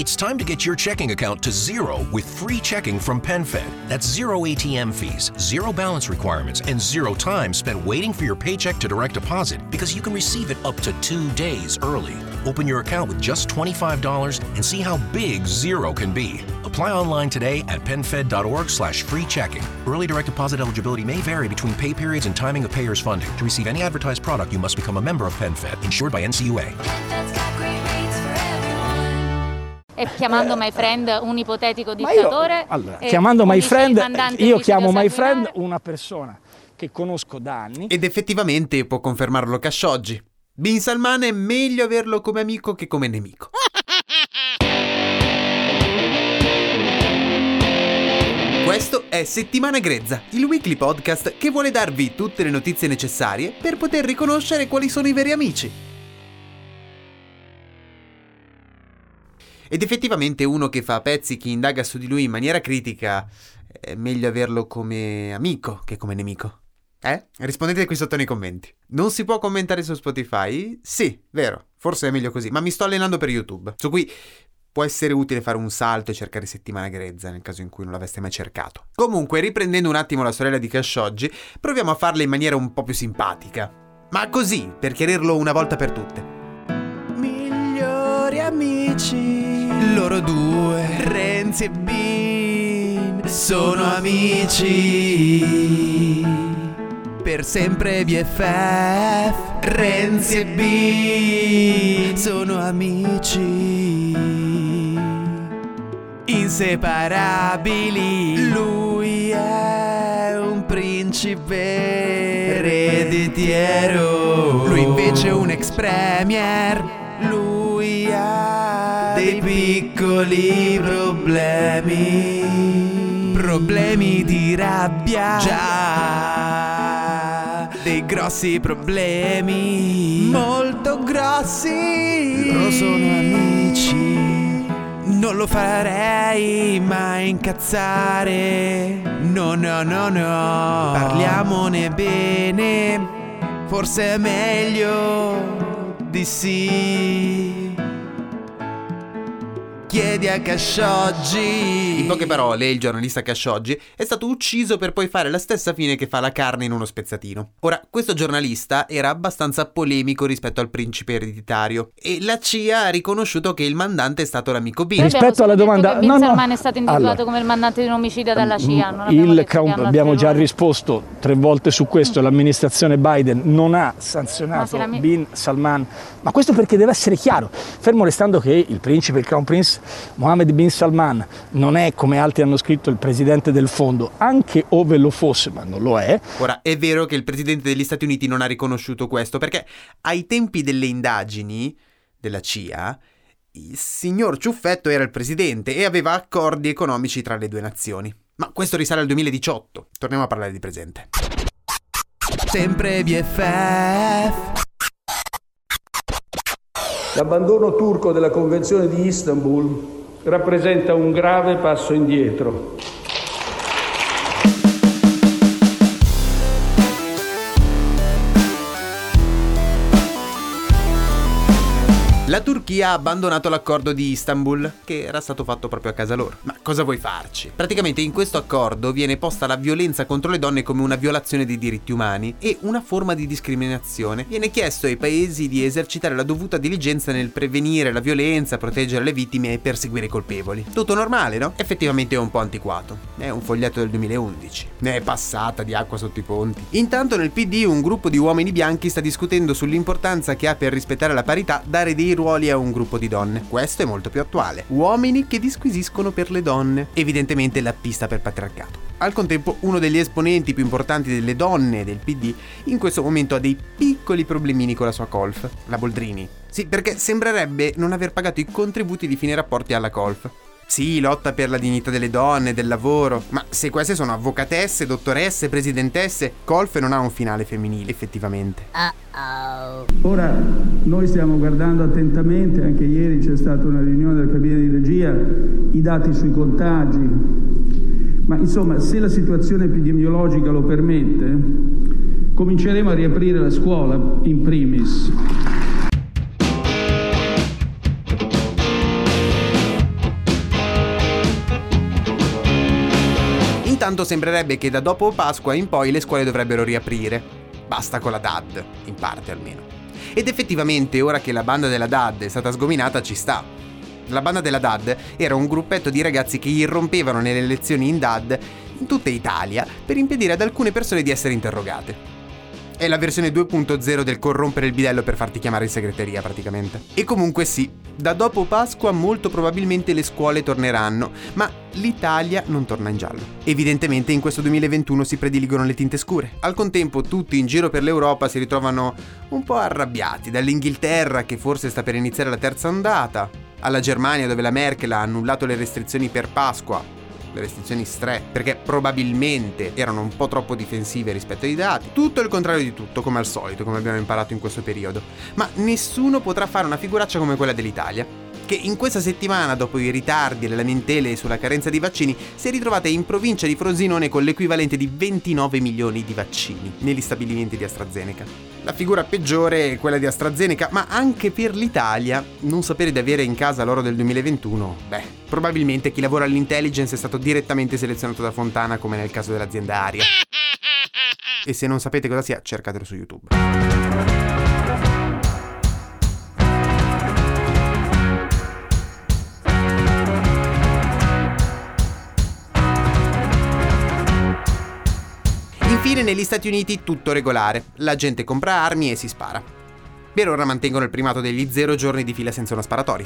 It's time to get your checking account to zero with free checking from PenFed. That's zero ATM fees, zero balance requirements, and zero time spent waiting for your paycheck to direct deposit because you can receive it up to 2 days early. Open your account with just $25 and see how big zero can be. Apply online today at PenFed.org/free checking. Early direct deposit eligibility may vary between pay periods and timing of payers' funding. To receive any advertised product, you must become a member of PenFed, insured by NCUA. E chiamando my friend un ipotetico dittatore. Chiamando my friend, io chiamo my friend una persona che conosco da anni. Ed effettivamente può confermarlo Khashoggi. Bin Salman è meglio averlo come amico che come nemico. Questo è Settimana Grezza, il weekly podcast che vuole darvi tutte le notizie necessarie per poter riconoscere quali sono i veri amici. Ed effettivamente uno che fa pezzi, che indaga su di lui in maniera critica, è meglio averlo come amico che come nemico. Rispondete qui sotto nei commenti. Non si può commentare su Spotify? Sì, vero, forse è meglio così, ma mi sto allenando per YouTube, su cui può essere utile fare un salto e cercare Settimana Grezza nel caso in cui non l'aveste mai cercato. Comunque, riprendendo un attimo la sorella di Khashoggi, proviamo a farla in maniera un po' più simpatica. Ma così, per chiarirlo una volta per tutte. Migliori amici, loro due, Renzi e Bin, sono amici. Per sempre BFF, Renzi e Bin, sono amici. Inseparabili, lui è un principe ereditiero, lui invece è un ex premier, lui ha dei piccoli problemi di rabbia, già dei grossi problemi, molto grossi, loro sono amici. Non lo farei mai incazzare, no, parliamone bene, forse è meglio di sì. Chiedi a Khashoggi. In poche parole, il giornalista Khashoggi è stato ucciso per poi fare la stessa fine che fa la carne in uno spezzatino. Ora, questo giornalista era abbastanza polemico rispetto al principe ereditario e la CIA ha riconosciuto che il mandante è stato l'amico Bin. Rispetto alla domanda, Bin Salman è stato individuato come il mandante di un omicidio dalla CIA. Abbiamo già risposto 3 volte su questo. L'amministrazione Biden non ha sanzionato Bin Salman, ma questo perché deve essere chiaro, fermo restando che il principe, il Crown Prince Mohammed bin Salman non è, come altri hanno scritto, il presidente del fondo, anche ove lo fosse, ma non lo è. Ora, è vero che il presidente degli Stati Uniti non ha riconosciuto questo, perché ai tempi delle indagini della CIA, il signor Ciuffetto era il presidente e aveva accordi economici tra le due nazioni. Ma questo risale al 2018. Torniamo a parlare di presente. Sempre BFF. L'abbandono turco della Convenzione di Istanbul rappresenta un grave passo indietro. La Turchia ha abbandonato l'accordo di Istanbul, che era stato fatto proprio a casa loro. Ma cosa vuoi farci? Praticamente in questo accordo viene posta la violenza contro le donne come una violazione dei diritti umani e una forma di discriminazione. Viene chiesto ai paesi di esercitare la dovuta diligenza nel prevenire la violenza, proteggere le vittime e perseguire i colpevoli. Tutto normale, no? Effettivamente è un po' antiquato. È un foglietto del 2011. Ne è passata di acqua sotto i ponti. Intanto nel PD un gruppo di uomini bianchi sta discutendo sull'importanza che ha per rispettare la parità dare dei ruoli a un gruppo di donne. Questo è molto più attuale. Uomini che disquisiscono per le donne. Evidentemente la pista per patriarcato. Al contempo, uno degli esponenti più importanti delle donne del PD in questo momento ha dei piccoli problemini con la sua colf, la Boldrini. Sì, perché sembrerebbe non aver pagato i contributi di fine rapporti alla colf. Sì, lotta per la dignità delle donne, del lavoro, ma se queste sono avvocatesse, dottoresse, presidentesse, colf non ha un finale femminile, effettivamente. Ora noi stiamo guardando attentamente, anche ieri c'è stata una riunione della cabina di regia, i dati sui contagi, ma insomma se la situazione epidemiologica lo permette, cominceremo a riaprire la scuola in primis. Intanto sembrerebbe che da dopo Pasqua in poi le scuole dovrebbero riaprire. Basta con la DAD, in parte almeno. Ed effettivamente, ora che la banda della DAD è stata sgominata, ci sta. La banda della DAD era un gruppetto di ragazzi che irrompevano nelle lezioni in DAD in tutta Italia per impedire ad alcune persone di essere interrogate. È la versione 2.0 del corrompere il bidello per farti chiamare in segreteria, praticamente. E comunque sì, da dopo Pasqua molto probabilmente le scuole torneranno, ma l'Italia non torna in giallo. Evidentemente in questo 2021 si prediligono le tinte scure. Al contempo tutti in giro per l'Europa si ritrovano un po' arrabbiati, dall'Inghilterra che forse sta per iniziare la terza ondata, alla Germania dove la Merkel ha annullato le restrizioni per Pasqua, le restrizioni perché probabilmente erano un po' troppo difensive rispetto ai dati. Tutto il contrario di tutto, come al solito, come abbiamo imparato in questo periodo. Ma nessuno potrà fare una figuraccia come quella dell'Italia, che in questa settimana, dopo i ritardi e le lamentele sulla carenza di vaccini, si è ritrovata in provincia di Frosinone con l'equivalente di 29 milioni di vaccini negli stabilimenti di AstraZeneca. La figura peggiore è quella di AstraZeneca, ma anche per l'Italia non sapere di avere in casa l'oro del 2021, probabilmente chi lavora all'intelligence è stato direttamente selezionato da Fontana, come nel caso dell'azienda Aria. E se non sapete cosa sia, cercatelo su YouTube. Infine negli Stati Uniti tutto regolare, la gente compra armi e si spara. Per ora mantengono il primato degli 0 giorni di fila senza una sparatoria.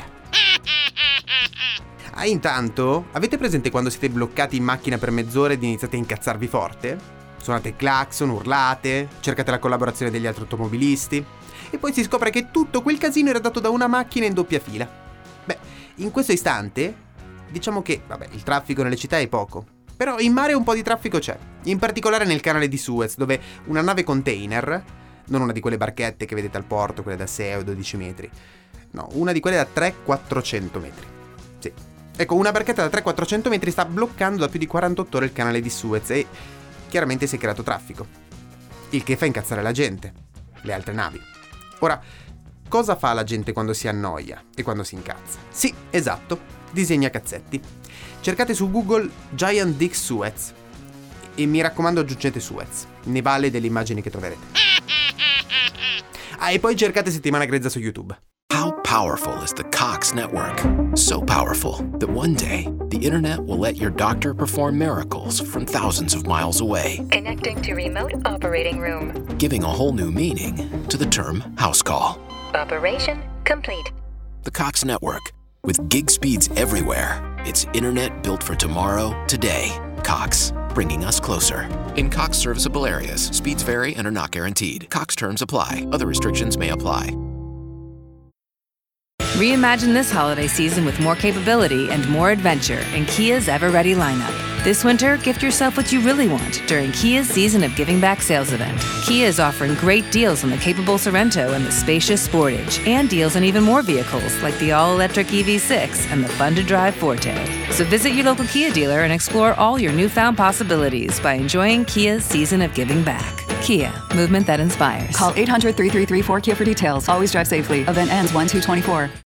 Intanto, avete presente quando siete bloccati in macchina per mezz'ora ed iniziate a incazzarvi forte? Suonate il clacson, urlate, cercate la collaborazione degli altri automobilisti e poi si scopre che tutto quel casino era dato da una macchina in doppia fila. In questo istante, diciamo che, il traffico nelle città è poco. Però in mare un po' di traffico c'è, in particolare nel canale di Suez, dove una nave container, non una di quelle barchette che vedete al porto, quelle da 6 o 12 metri, no, una di quelle da 300-400 metri. Sì, ecco, una barchetta da 300-400 metri sta bloccando da più di 48 ore il canale di Suez e chiaramente si è creato traffico, il che fa incazzare la gente, le altre navi. Ora, cosa fa la gente quando si annoia e quando si incazza? Sì, esatto, disegna cazzetti. Cercate su Google Giant Dick Suez e mi raccomando aggiungete Suez, ne vale delle immagini che troverete. E poi cercate Settimana Grezza su YouTube. How powerful is the Cox network? So powerful that one day the internet will let your doctor perform miracles from thousands of miles away. Connecting to remote operating room. Giving a whole new meaning to the term house call. Operation complete. The Cox network. With gig speeds everywhere, it's internet built for tomorrow, today. Cox, bringing us closer. In Cox serviceable areas, speeds vary and are not guaranteed. Cox terms apply. Other restrictions may apply. Reimagine this holiday season with more capability and more adventure in Kia's Ever-Ready lineup. This winter, gift yourself what you really want during Kia's Season of Giving Back sales event. Kia is offering great deals on the capable Sorrento and the spacious Sportage, and deals on even more vehicles like the all-electric EV6 and the fun-to-drive Forte. So visit your local Kia dealer and explore all your newfound possibilities by enjoying Kia's Season of Giving Back. Kia, movement that inspires. Call 800-333-4KIA for details. Always drive safely. Event ends 1/2/24.